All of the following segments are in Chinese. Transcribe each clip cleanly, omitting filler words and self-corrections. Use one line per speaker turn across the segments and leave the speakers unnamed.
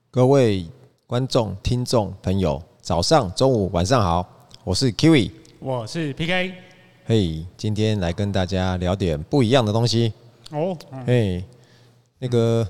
各位观众、听众朋友，早上、中午、晚上好，我是 Kiwi，
我是 PK。
嘿，今天来跟大家聊点不一样的东西。
哦，
嘿，那个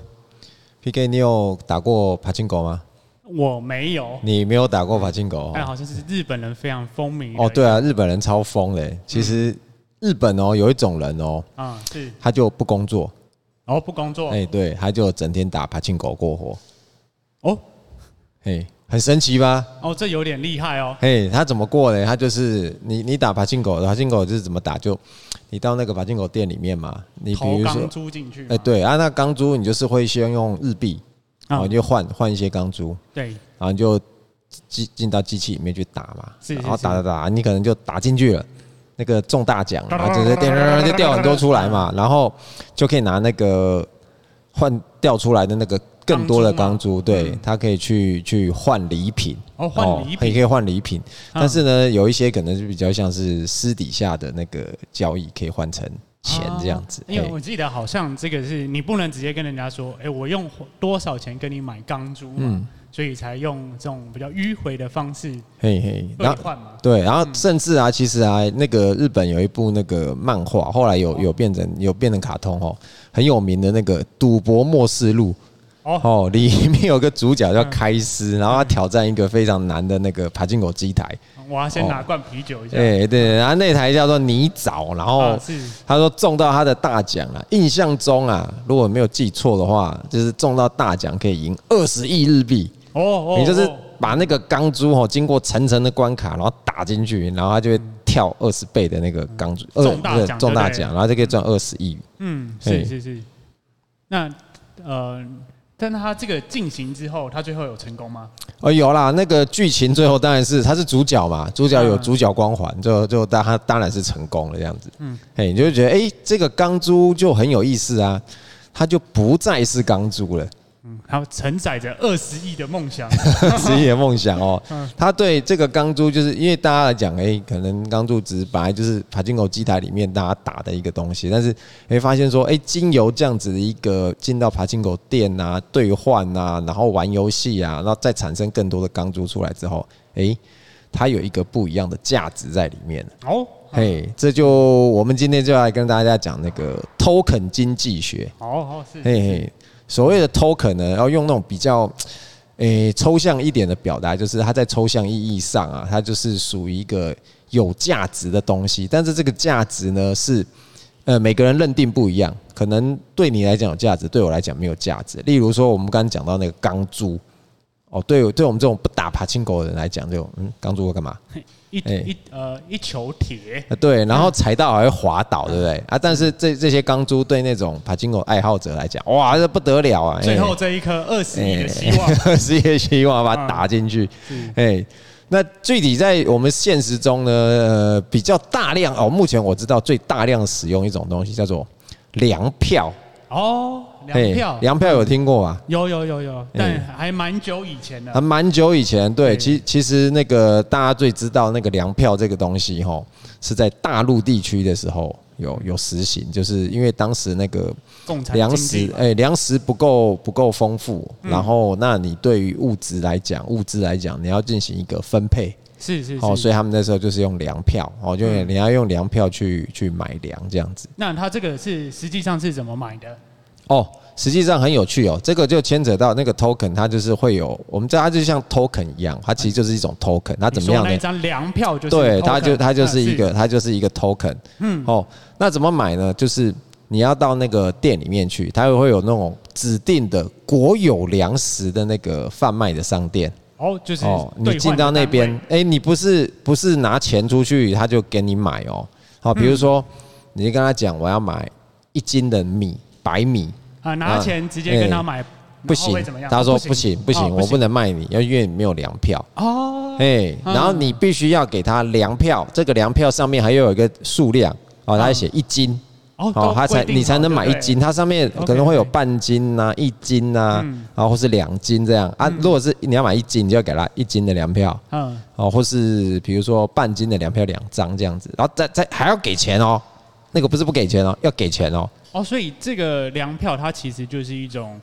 PK， 你有打过爬青狗吗？
我没有。
你没有打过爬青狗？
但好像是日本人非常风靡。
哦，对啊，日本人超疯的。其实日本有一种人
是，
他就不工作。
哦，不工作。
对，他就整天打爬青狗过活。
哦，
很神奇吧？
哦，这有点厉害哦。
他怎么过呢？他就是你打爬青狗就是怎么打？就你到那个爬青狗店里面嘛，你比如说
投钢珠进去。
对啊，那钢珠你就是会先用日币，然后你就换一些钢珠，
对，
然后你就进到机器里面去打嘛，
然
后打，你可能就打进去了。那个中大奖，然后就是就掉很多出来嘛，然后就可以拿那个换掉出来的那个更多的钢珠，对，它可以去换礼品，
换礼品，
也可以换礼品，但是呢，有一些可能是比较像是私底下的那个交易，可以换成钱这样子。
因为我记得好像这个是你不能直接跟人家说，我用多少钱跟你买钢珠嘛。所以才用这种比较迂回的方式兑换嘛。对，
然后甚至其实那个日本有一部那个漫画，后来有变成卡通很有名的那个《赌博默示录》里面有个主角叫开司，然后他挑战一个非常难的那个爬进口机台。
我要先拿罐啤酒一下。
对，然后那台叫做泥沼，然后他说中到他的大奖了。印象中如果没有记错的话，就是中到大奖可以赢20亿日币。你就是把那个钢珠经过层层的关卡，然后打进去，然后它就会跳20倍的那个钢珠，中大奖，然后就可以赚20亿。
是。那但他这个进行之后，他最后有成功吗？
有啦，那个剧情最后当然是他是主角嘛，主角有主角光环，就他当然是成功了这样子。你就会觉得这个钢珠就很有意思啊，它就不再是钢珠了。
它承载着20亿的梦想
，20亿的梦想他对这个钢珠，就是因为大家来讲，可能钢珠只是本来就是爬进口机台里面大家打的一个东西，但是会发现说，经由这样子的一个进到爬进口店兑换然后玩游戏然后再产生更多的钢珠出来之后，它有一个不一样的价值在里面。这就我们今天就来跟大家讲那个 token 经济学。
是。
所谓的 token 呢，要用那种比较抽象一点的表达，就是它在抽象意义上它就是属于一个有价值的东西，但是这个价值呢是每个人认定不一样，可能对你来讲有价值，对我来讲没有价值。例如说我们刚刚讲到那个钢珠，对我们这种不打爬青狗的人来讲，就钢珠会干嘛？
一球铁，
对，然后踩到还会滑倒，对不对但是这些钢珠对那种爬青狗爱好者来讲，哇，这不得了
最后这一颗20亿的希望
，20亿的希望把它打进去。那具体在我们现实中呢，比较大量目前我知道最大量使用一种东西叫做粮票。粮票有听过吗？
有，但还蛮久以前的。
蛮久以前，对，其实那个大家最知道那个粮票这个东西是在大陆地区的时候有实行，就是因为当时那个粮食不够丰富，然后那你对于物资来讲，你要进行一个分配。
是，
所以他们那时候就是用粮票，就你要用粮票去买粮这样子。
那他这个实际上是怎么买的？
实际上很有趣这个就牵扯到那个 token， 它就是会有，我们知道它就像 token 一样，它其实就是一种 token， 它怎么样呢？
那一张粮票就是
token， 对，它就是一个 token。那怎么买呢？就是你要到那个店里面去，它会有那种指定的国有粮食的那个贩卖的商店。
就是
你进到那边，你不是拿钱出去，他就给你买比如说你就跟他讲我要买1斤的米，白米
拿钱直接跟他买，
不行，他说不行，我不能卖你，因为你没有粮票然后你必须要给他粮票，这个粮票上面还有一个数量他写1斤。你才能买1斤，它上面可能会有半斤1斤然后或是2斤这样如果是你要买1斤，你就要给他1斤的粮票，或是比如说半斤的粮票2张这样子，然后再还要给钱那个不是不给钱要给钱
所以这个粮票它其实就是一种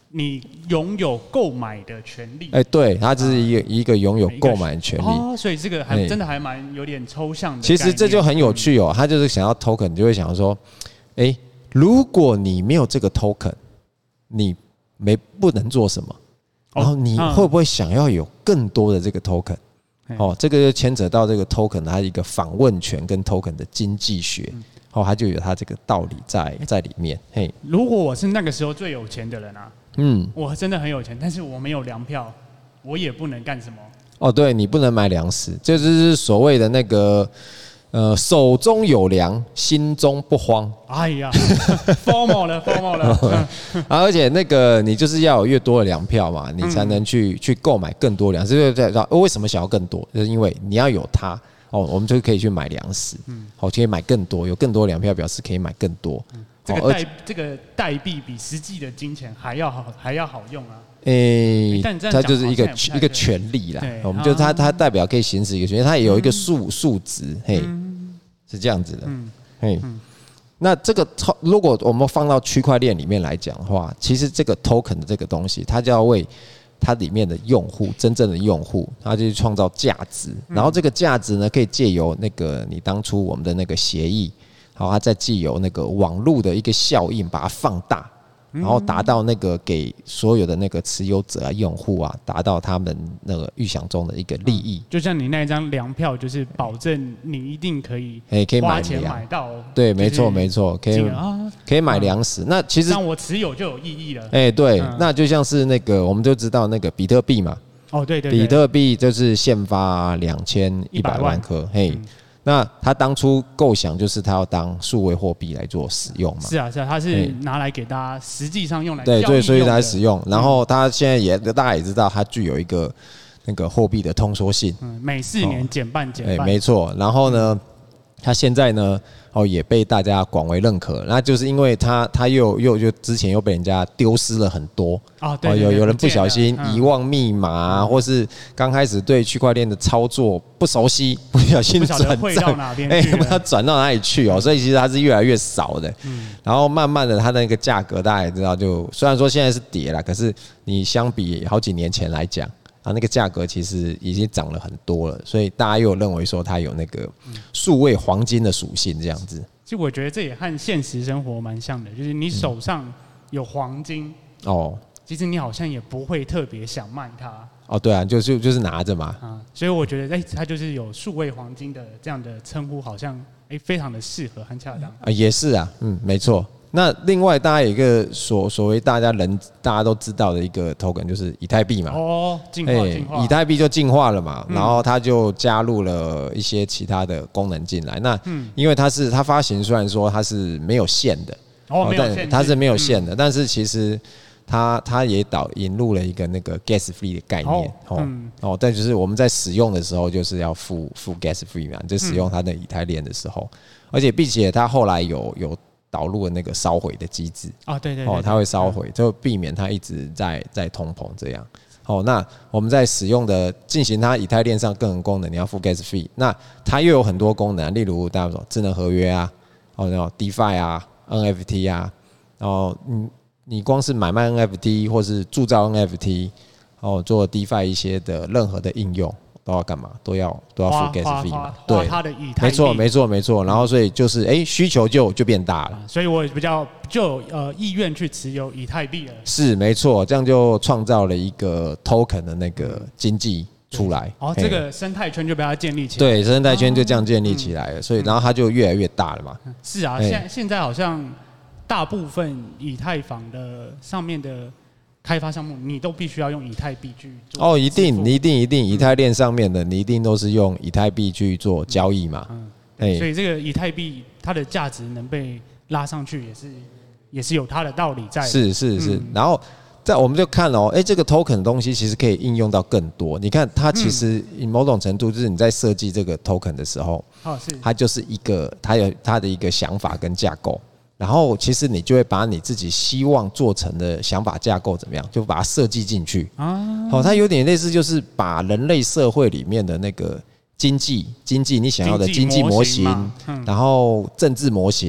你拥有购买的权利。
对，它就是一个拥有购买的权利。
所以这个真的还蛮有点抽象的。
其实这就很有趣哦，他就是想要 token， 你就会想说，如果你没有这个 token， 你不能做什么，然后你会不会想要有更多的这个 token？这个就牵扯到这个 token 它一个访问权跟 token 的经济学。它就有它这个道理在里面。
如果我是那个时候最有钱的人啊，我真的很有钱，但是我没有粮票，我也不能干什么。对，
你不能买粮食，这就是所谓的那个手中有粮，心中不慌。
哎呀，formal 了。
而且那个你就是要有越多的粮票嘛，你才能去购买更多粮食。为什么想要更多？就是因为你要有它。我们就可以去买粮食，可以买更多，有更多粮票表示可以买更多。
这个代币比实际的金钱还要好用啊。
它就是一个权利啦。我们就它代表可以行使一个权利，它也有一个数值，是这样子的。那这个如果我们放到区块链里面来讲的话，其实这个 token 的这个东西，它就要为它里面的用户，真正的用户，它就去创造价值，然后这个价值呢，可以借由那个你当初我们的那个协议，它再借由那个网络的一个效应，把它放大，然后达到那个给所有的那个持有者啊、用户啊，达到他们那个预想中的一个利益。
就像你那一张粮票，就是保证你一定可以花钱买到。
对，没错，可以买粮食。那其实
让我持有就有意义了。
对，那就像是那个我们就知道那个比特币嘛。
对，
比特币就是现发2100万颗。那他当初构想就是他要当数位货币来做使用嘛？
是啊，他是拿来给大家实际上用来交易用的。
对，所以才使用。然后他现在大家也知道，它具有一个那个货币的通缩性，
每4年减半。
没错。然后呢，他现在呢，也被大家广为认可。那就是因为他又之前又被人家丢失了很多。有人不小心遗忘密码，或是刚开始对区块链的操作不熟悉，不小心转账，不知道转到哪里去所以其实它是越来越少的。然后慢慢的，它的那个价格大家也知道，就虽然说现在是跌了，可是你相比好几年前来讲，那个价格其实已经涨了很多了，所以大家又认为说它有那个数位黄金的属性这样子。
其实我觉得这也和现实生活蛮像的，就是你手上有黄金其实你好像也不会特别想卖它。
对啊，就是拿着嘛。
所以我觉得它就是有数位黄金的这样的称呼，好像非常的适合和恰当。
也是啊，没错。那另外大家有一个所谓大家都知道的一个 token 就是以太币嘛。
进化，
以太币就进化了嘛，然后它就加入了一些其他的功能进来。那因为它发行虽然说它是没有限的，但它是没有限的，但是其实它也引入了一个那个 gas fee 的概念。但就是我们在使用的时候就是要付 gas fee 嘛，就使用它的以太链的时候，而且并且它后来有导入了那个烧毁的机制。
对，
它会烧毁，就避免它一直在通膨这样。那我们在使用的进行它以太链上各种功能，你要付 gas fee。那它又有很多功能，例如大家说智能合约啊，DeFi 啊 ，NFT 啊，然后你光是买卖 NFT 或是铸造 NFT， 做 DeFi 一些的任何的应用都要干嘛？都要付 gas fee 嘛？
对，它的以太币。
没错。然后所以就是需求就变大了，
所以我就有意愿去持有以太币了。
是没错，这样就创造了一个 token 的那个经济出来。
这个生态圈就被它建立起来。
对，生态圈就这样建立起来了，所以然后它就越来越大了嘛。
是啊，现在好像大部分以太坊的上面的开发项目，你都必须要用以太币去做。
一定，以太链上面的你一定都是用以太币去做交易嘛。
所以这个以太币它的价值能被拉上去，也是有它的道理在的。
是。然后我们就看这个 token 的东西其实可以应用到更多。你看它其实某种程度就是你在设计这个 token 的时候，它就是它有它的一个想法跟架构。然后其实你就会把你自己希望做成的想法架构怎么样，就把它设计进去。它有点类似，就是把人类社会里面的那个经济你想要的经济模型，然后政治模型，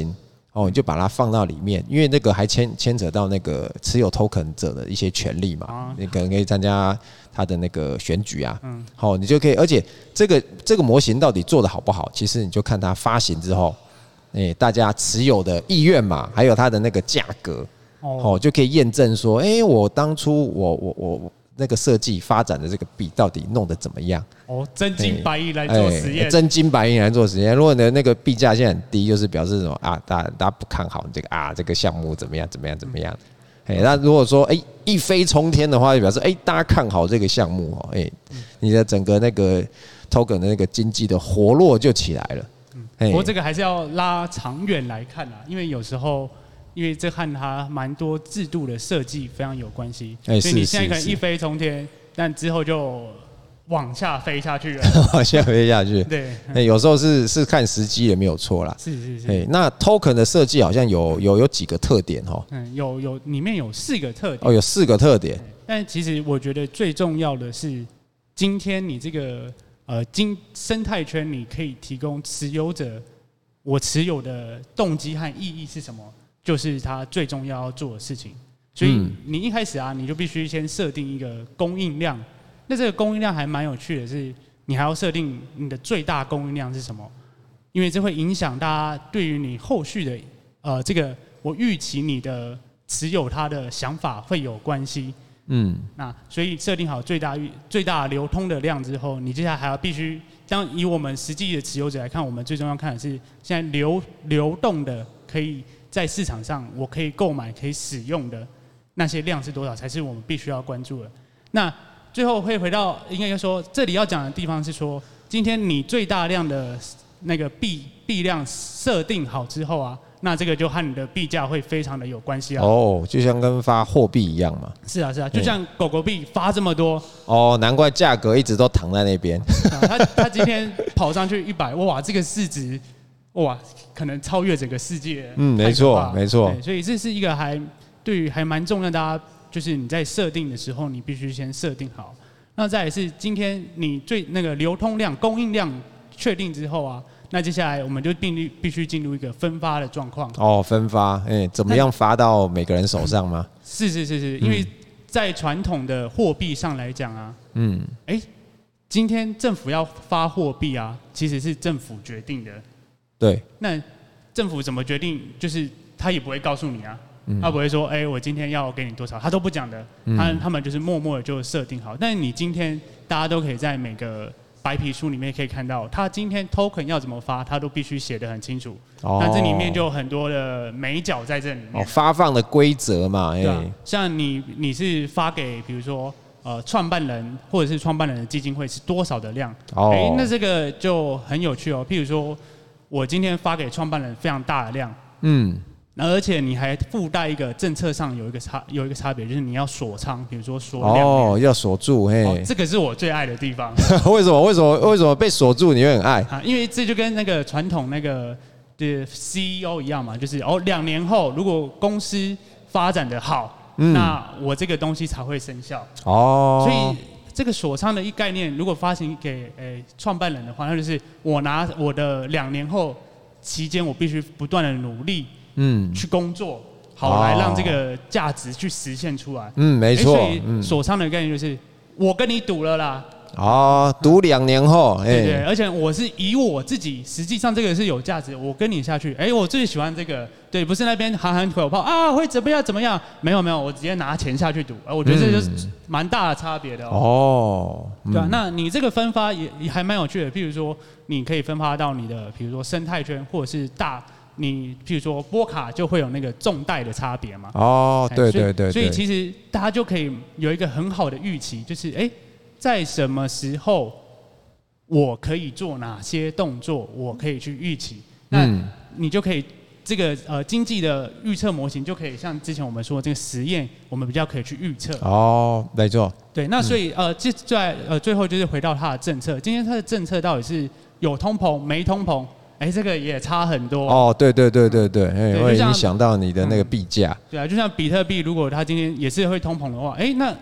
哦，你就把它放到里面，因为那个还牵扯到那个持有 token 者的一些权利嘛，你可能可以参加他的那个选举啊，好，你就可以，而且这个模型到底做得好不好，其实你就看它发行之后，大家持有的意愿嘛，还有它的那个价格，哦，就可以验证说，我当初我那个设计发展的这个币到底弄得怎么样？
哦，真金白银来做实验，
真金白银来做实验。如果你的那个币价现在很低，就是表示什么啊？大家不看好你这个项目怎么样？那如果说一飞冲天的话，就表示大家看好这个项目哦，你的整个那个 token 的那个经济的活络就起来了。
不过这个还是要拉长远来看啊，因为有时候。因为这和它蛮多制度的设计非常有关系，所以你现在可能一飞冲天，但之后就往下飞下去了，
往下飞下去。
对，
有时候是看时机也没有错啦。
是。
那 token 的设计好像有几个特点哈。
有里面有4个特点。
哦，有4个特点。
但其实我觉得最重要的是，今天你这个生态圈，你可以提供持有者，我持有的动机和意义是什么？就是他最重要做的事情，所以你一开始啊，你就必须先设定一个供应量。那这个供应量还蛮有趣的是，你还要设定你的最大供应量是什么，因为这会影响大家对于你后续的这个我预期你的持有它的想法会有关系。那所以设定好最大流通的量之后，你接下来还要必须，当以我们实际的持有者来看，我们最重要看的是现在流动的可以。在市场上，我可以购买、可以使用的那些量是多少，才是我们必须要关注的。那最后会回到，应该说，这里要讲的地方是说，今天你最大量的那个币量设定好之后啊，那这个就和你的币价会非常的有关系啊。
哦，就像跟发货币一样嘛。
是啊，就像狗狗币发这么多。
哦，难怪价格一直都躺在那边。
他今天跑上去100，哇，这个市值。哇，可能超越整个世界。
没错。
所以这是一个对于还蛮重要的，大家就是你在设定的时候，你必须先设定好。那再来是今天你那个流通量、供应量确定之后啊，那接下来我们就必须进入一个分发的状况。
哦，分发，怎么样发到每个人手上吗？
是，因为在传统的货币上来讲啊，今天政府要发货币啊，其实是政府决定的。
对，
那政府怎么决定？就是他也不会告诉你啊，他不会说，我今天要给你多少，他都不讲的。他们就是默默的就设定好。但是你今天大家都可以在每个白皮书里面可以看到，他今天 token 要怎么发，他都必须写得很清楚。那这里面就有很多的美角在这里面。
发放的规则嘛，
对啊，像你是发给比如说创办人或者是创办人的基金会是多少的量？那这个就很有趣哦。譬如说。我今天发给创办人非常大的量，而且你还附带一个政策上有一个差别，就是你要锁仓，比如说锁2年，
要锁住，
这个是我最爱的地方。
为什么被锁住你会很爱？
因为这就跟那个传统那个的 CEO 一样嘛，就是2年后如果公司发展的好，那我这个东西才会生效。所以。这个锁仓的概念，如果发行给创办人的话，那就是我拿我的2年后期间，我必须不断的努力，去工作，好来让这个价值去实现出来。
没错。
所以锁仓的概念就是我跟你赌了啦。
赌2年后，
对，而且我是以我自己，实际上这个是有价值，我跟你下去，我最喜欢这个，对，不是那边喊口炮啊，会怎么样？没有，我直接拿钱下去赌，我觉得这就是蛮大的差别的对啊，那你这个分发也还蛮有趣的，譬如说你可以分发到你的，比如说生态圈，或者是你譬如说波卡就会有那个重贷的差别嘛。
对，
所以其实大家就可以有一个很好的预期，就是在什么时候我可以做哪些动作，我可以去预期。那你就可以这个经济的预测模型就可以像之前我们说的这个实验，我们比较可以去预测。
没错。
对，那所以最后就是回到它的政策，今天它的政策到底是有通膨没通膨？这个也差很多。
对，会影响到你的那个币价。
对啊，就像比特币，如果它今天也是会通膨的话，那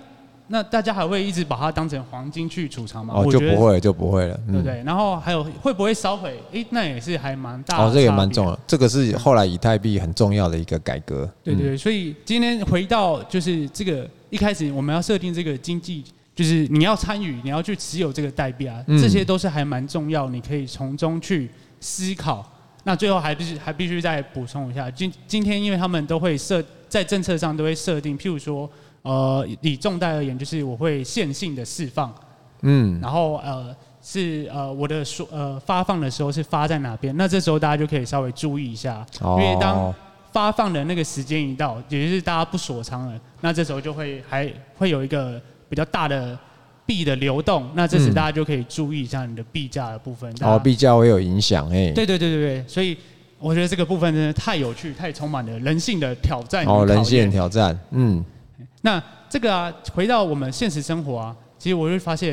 那大家还会一直把它当成黄金去储藏吗？
哦，就不会了，
对不对？然后还有会不会烧毁？那也是还蛮大的。
哦，这个也蛮重要，这个是后来以太币很重要的一个改革。
对，所以今天回到就是这个一开始我们要设定这个经济，就是你要参与，你要去持有这个代币啊，这些都是还蛮重要，你可以从中去思考。那最后还必须再补充一下，今天因为他们都会在政策上都会设定，譬如说。以重贷而言，就是我会线性的释放，然后我的发放的时候是发在哪边，那这时候大家就可以稍微注意一下，因为当发放的那个时间一到，也就是大家不锁仓了，那这时候就会有一个比较大的币的流动，那这时大家就可以注意一下你的币价的部分。
币价会有影响
对，所以。我觉得这个部分真的太有趣，太充满了人性的挑战。
人性的挑战，
那这个啊，回到我们现实生活啊，其实我会发现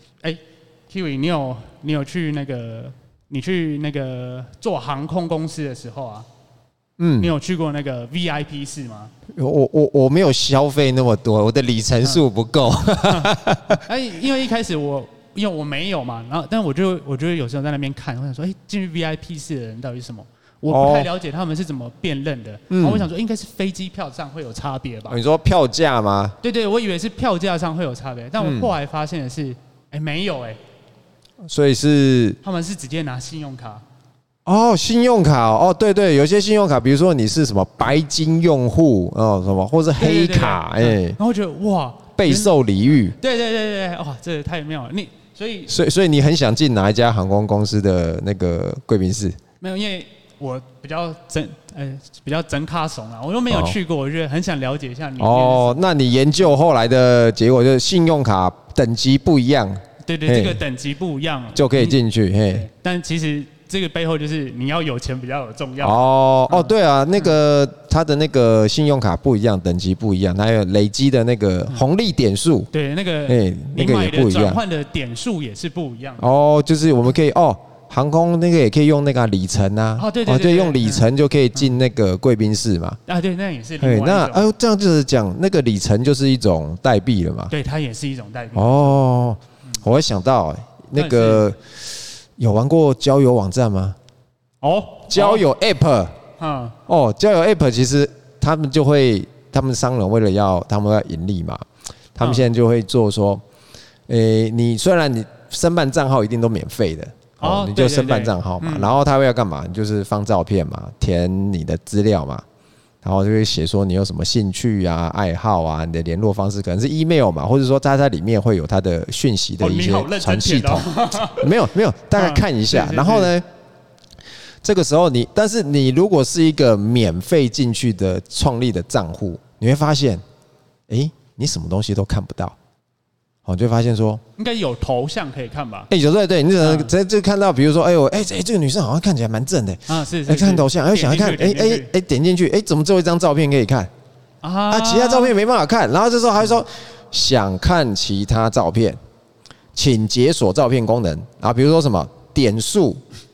，Kiwi， 你有去你去那个做航空公司的时候啊，你有去过那个 VIP 室吗？
我没有消费那么多，我的里程数不够。
因为一开始因为我没有嘛，然后但我就有时候在那边看，我想说，进去 VIP 室的人到底是什么？我不太了解他们是怎么辨认的，然后我想说应该是飞机票上会有差别吧？
你说票价吗？
对，我以为是票价上会有差别，但我后来发现的是，没有
所以是
他们是直接拿信用卡。
信用卡对，有些信用卡，比如说你是什么白金用户什么，或是黑卡，
然后我觉得哇，
备受礼遇。
对，哇，这太妙了，
所以你很想进哪一家航空公司的那个贵宾室？
没有，因为我比较真咖怂啊，我又没有去过，我觉得很想了解一下你。
那你研究后来的结果就是信用卡等级不一样。
对，这个等级不一样
就可以进去。
但其实这个背后就是你要有钱比较有重要。
对啊，那个他的那个信用卡不一样，等级不一样，还有累积的那个红利点数。
对，那个
那个也不一样，
转换的点数也是不一样。
就是我们可以航空那个也可以用那个里程啊。对，用里程就可以进那个贵宾室嘛。
对，那也是另外一种。
那这样就是讲那个里程就是一种代币了嘛。
对，它也是一种代币。
我会想到那个。有玩过交友网站吗？交友 App， 交友 App 其实他们商人为了他们要盈利嘛，他们现在就会做说，你虽然你申办账号一定都免费的，你就申办账号嘛，然后他会要干嘛？就是放照片嘛，填你的资料嘛，然后就会写说你有什么兴趣啊、爱好啊，你的联络方式可能是 email 嘛，或者说在里面会有他的讯息的一些传系统。没有，大概看一下。然后呢，这个时候但是你如果是一个免费进去的创立的账户，你会发现，你什么东西都看不到。就会发现说，
应该有头像可以看吧？
对，你只能就看到，比如说，这个女生好像看起来蛮正的
是
看头像，想要看，点进去，怎么只有一张照片可以看其他照片没办法看，然后这时候还会说想看其他照片，请解锁照片功能比如说什么点数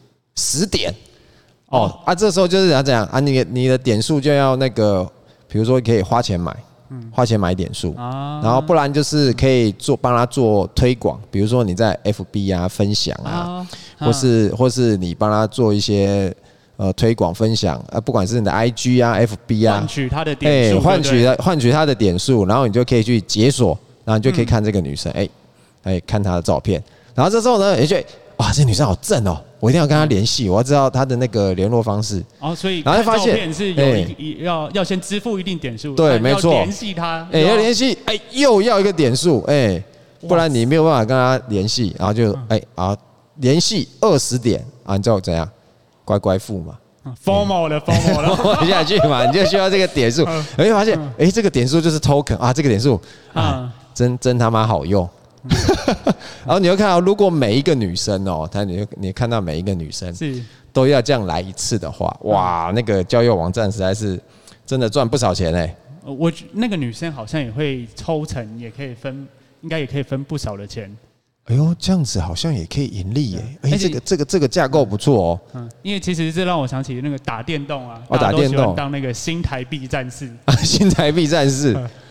10点这时候就是怎样你的点数就要那个，比如说可以花钱买点数然后不然就是可以帮他做推广，比如说你在 FB 分享或是你帮他做一些推广分享不管是你的 IG FB
换取他的点数，
换取他的点数，然后你就可以去解锁，然后你就可以看这个女生看她的照片，然后这时候呢，也觉得哇，这女生好正我一定要跟她联系，我要知道她的那个联络方式。
所以
然后发现
是要先支付一定点数，
对，没错，
要联系她，
要联系，又要一个点数，不然你没有办法跟她联系，然后就联系20点你知道怎样？乖乖付嘛。
formal 了
，formal 下去嘛，你就需要这个点数，你会发现，这个点数就是 token 这个点数真他妈好用。然后你会看到，如果每一个女生你看到每一个女生都要这样来一次的话，哇，那个交友网站实在是真的赚不少钱
那个女生好像也会抽成，应该也可以分不少的钱。
这样子好像也可以盈利这个架构不错
因为其实这让我想起那个打电动
打电动
当那个新台币战士
新台币战士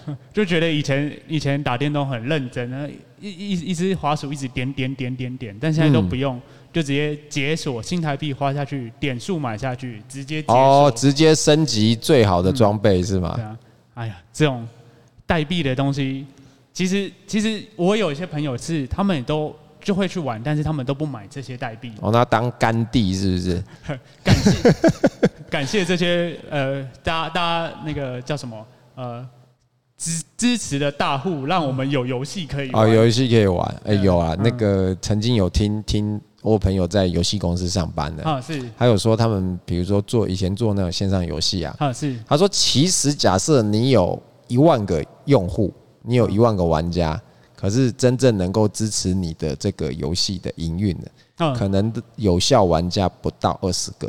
就觉得以前打电动很认真，一直滑鼠一直点，但现在都不用，就直接解锁新台币花下去，点数买下去，直接解锁
直接升级最好的装备是吗？
对啊，哎呀，这种代币的东西，其实我有一些朋友是他们也都就会去玩，但是他们都不买这些代币。
那当干弟是不是？
感谢这些大家那个叫什么支持的大户，让我们有游戏可以玩。
游戏可以玩，有啊，那个曾经有听我朋友在游戏公司上班的，
是，
他有说他们比如说以前做那种线上游戏啊，
是，
他说其实假设你有1万个用户，你有1万个玩家，可是真正能够支持你的这个游戏的营运的，可能有效玩家不到20个。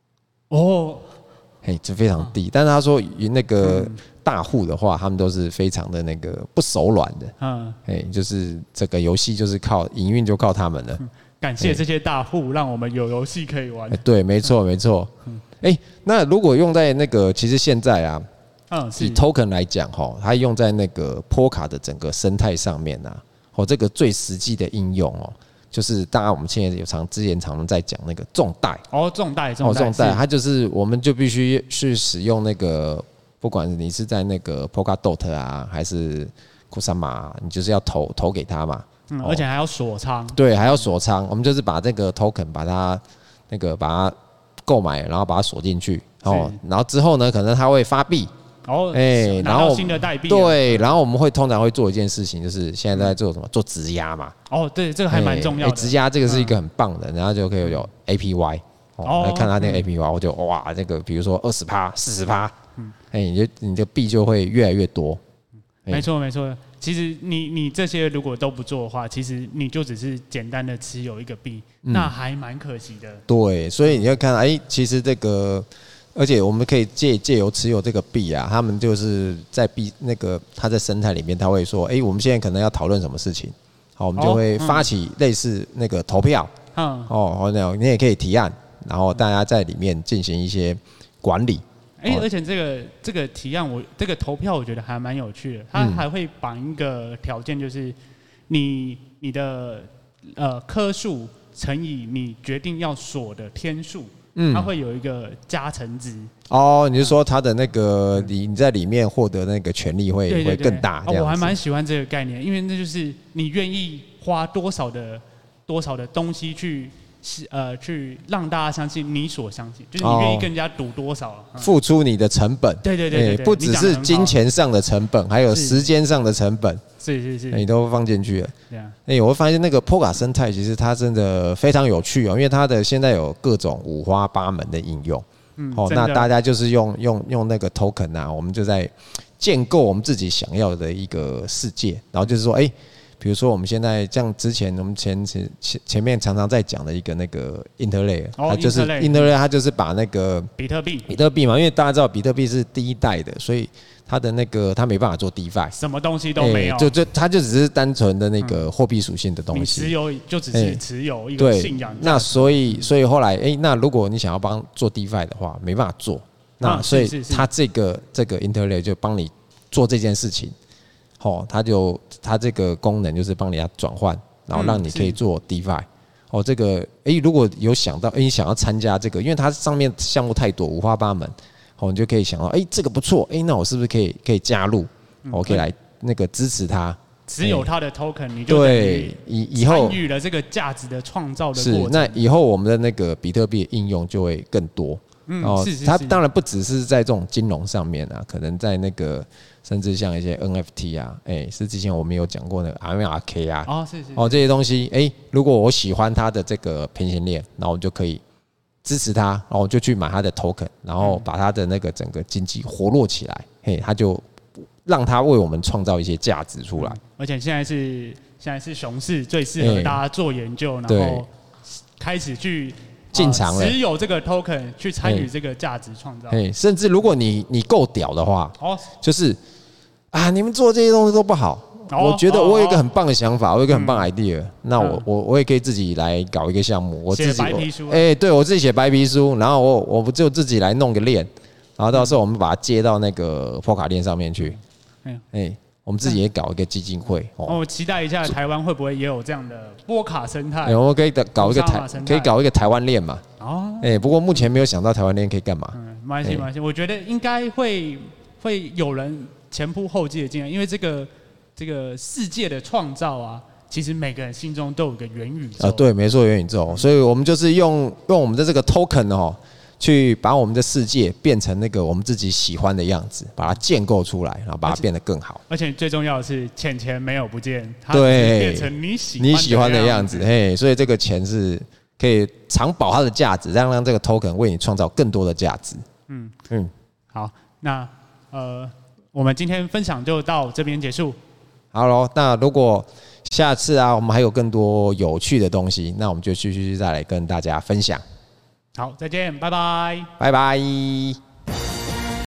这非常低。但是他说那个大户的话，他们都是非常的那个不手软的。就是这个游戏就是靠营运，就靠他们了。
感谢这些大户，让我们有游戏可以玩。
对，没错。那如果用在那个，其实现在啊，以 token 来讲，它用在那个波卡的整个生态上面啊，这个最实际的应用就是当然我们现在之前常在讲那个重贷
重贷，
它就是我们就必须去使用那个，不管你是在那个 Polkadot 啊，还是 Kusama， 你就是要投给他嘛，
而且还要锁仓，
对，还要锁仓。我们就是把这个 token 把它购买，然后把它锁进去，然后之后呢，可能它会发币。
然后新的代币，
对，然后我们通常会做一件事情，就是现在在做什么？做质押嘛。
对，这个还蛮重要的。
质押这个是一个很棒的，然后就可以有 APY。来看它那个 APY，我就哇，这个比如说20%、40%，你的币就会越来越多。
没错。其实你这些如果都不做的话，其实你就只是简单的持有一个币，那还蛮可惜的。
对，所以你要看，其实这个。而且我们可以借由持有这个币啊，他们就是在币那个他在生态里面，他会说，我们现在可能要讨论什么事情，好，我们就会发起类似那个投票，你也可以提案，然后大家在里面进行一些管理。
而且这个提案这个投票我觉得还蛮有趣的，他还会绑一个条件，就是你的颗数乘以你决定要锁的天数。它会有一个加成值
你是说它的那个你在里面获得那个权利会更大？
我还蛮喜欢这个概念，因为那就是你愿意花多少的东西去让大家相信你所相信，就是你愿意跟人家赌多少，
付出你的成本。
对，
不只是金钱上的成本，还有时间上的成本。
是，
你都放进去了。我会发现那个 Polka 生态其实它真的非常有趣因为它的现在有各种五花八门的应用。那大家就是用那个 token 啊，我们就在建构我们自己想要的一个世界。然后就是说，比如说我们现在像之前我们前面常常在讲的一个那个 Interlay，它就是 Interlay， 它就是把那个比特币嘛，因为大家知道比特币是第一代的，所以它的那个它没办法做 DeFi，
什么东西都没有，
它就只是单纯的那个货币属性的东西，
你持有就只是持有一个信仰。
那所以后来那如果你想要做 DeFi 的话，没办法做，那所以它这个 Interlay 就帮你做这件事情。它这个功能就是帮你转换，然后让你可以做 DeFi。这个如果有想到你想要参加这个，因为它上面项目太多，五花八门，你就可以想到这个不错，那我是不是可以加入？我可以来那个支持它，
持有它的 token， 你就对以后参与了这个价值的创造的过程。
是，那以后我们的那个比特币应用就会更多。它当然不只是在这种金融上面啊，可能在那个甚至像一些 NFT 啊，是之前我们有讲过那个 RMRK 啊，这些东西，如果我喜欢它的这个平行链，然后我就可以支持它，然后我就去买它的 token， 然后把它的那个整个经济活络起来，它就让它为我们创造一些价值出来。
而且现在是熊市，最适合大家做研究，然后开始去
进场了，
持有这个 token 去参与这个价值创造。
甚至如果你够屌的话，就是你们做这些东西都不好，我觉得我有一个很棒的想法，我有一个很棒的 idea，那我也可以自己来搞一个项目，我自己
写白皮书，
对我自己写白皮书，然后我就自己来弄个链，然后到时候我们把它接到那个Polka链上面去， 我们自己也搞一个基金会
我期待一下台湾会不会也有这样的波卡生态？
我们可以搞一个台湾链嘛。不过目前没有想到台湾链可以干嘛。
没关系，没关系。我觉得应该会有人前仆后继的进来，因为这个世界的创造啊，其实每个人心中都有个元宇宙
对，没错，元宇宙。所以我们就是用我们的这个 token 去把我们的世界变成那个我们自己喜欢的样子，把它建构出来，然后把它变得更好。
而且最重要的是，钱没有不见，它变成你喜欢的样子。
所以这个钱是可以长保它的价值，让这个 token 为你创造更多的价值。
好，那我们今天分享就到这边结束。
好咯，那如果下次我们还有更多有趣的东西，那我们就继续再来跟大家分享。
好，再见，拜拜，
拜拜。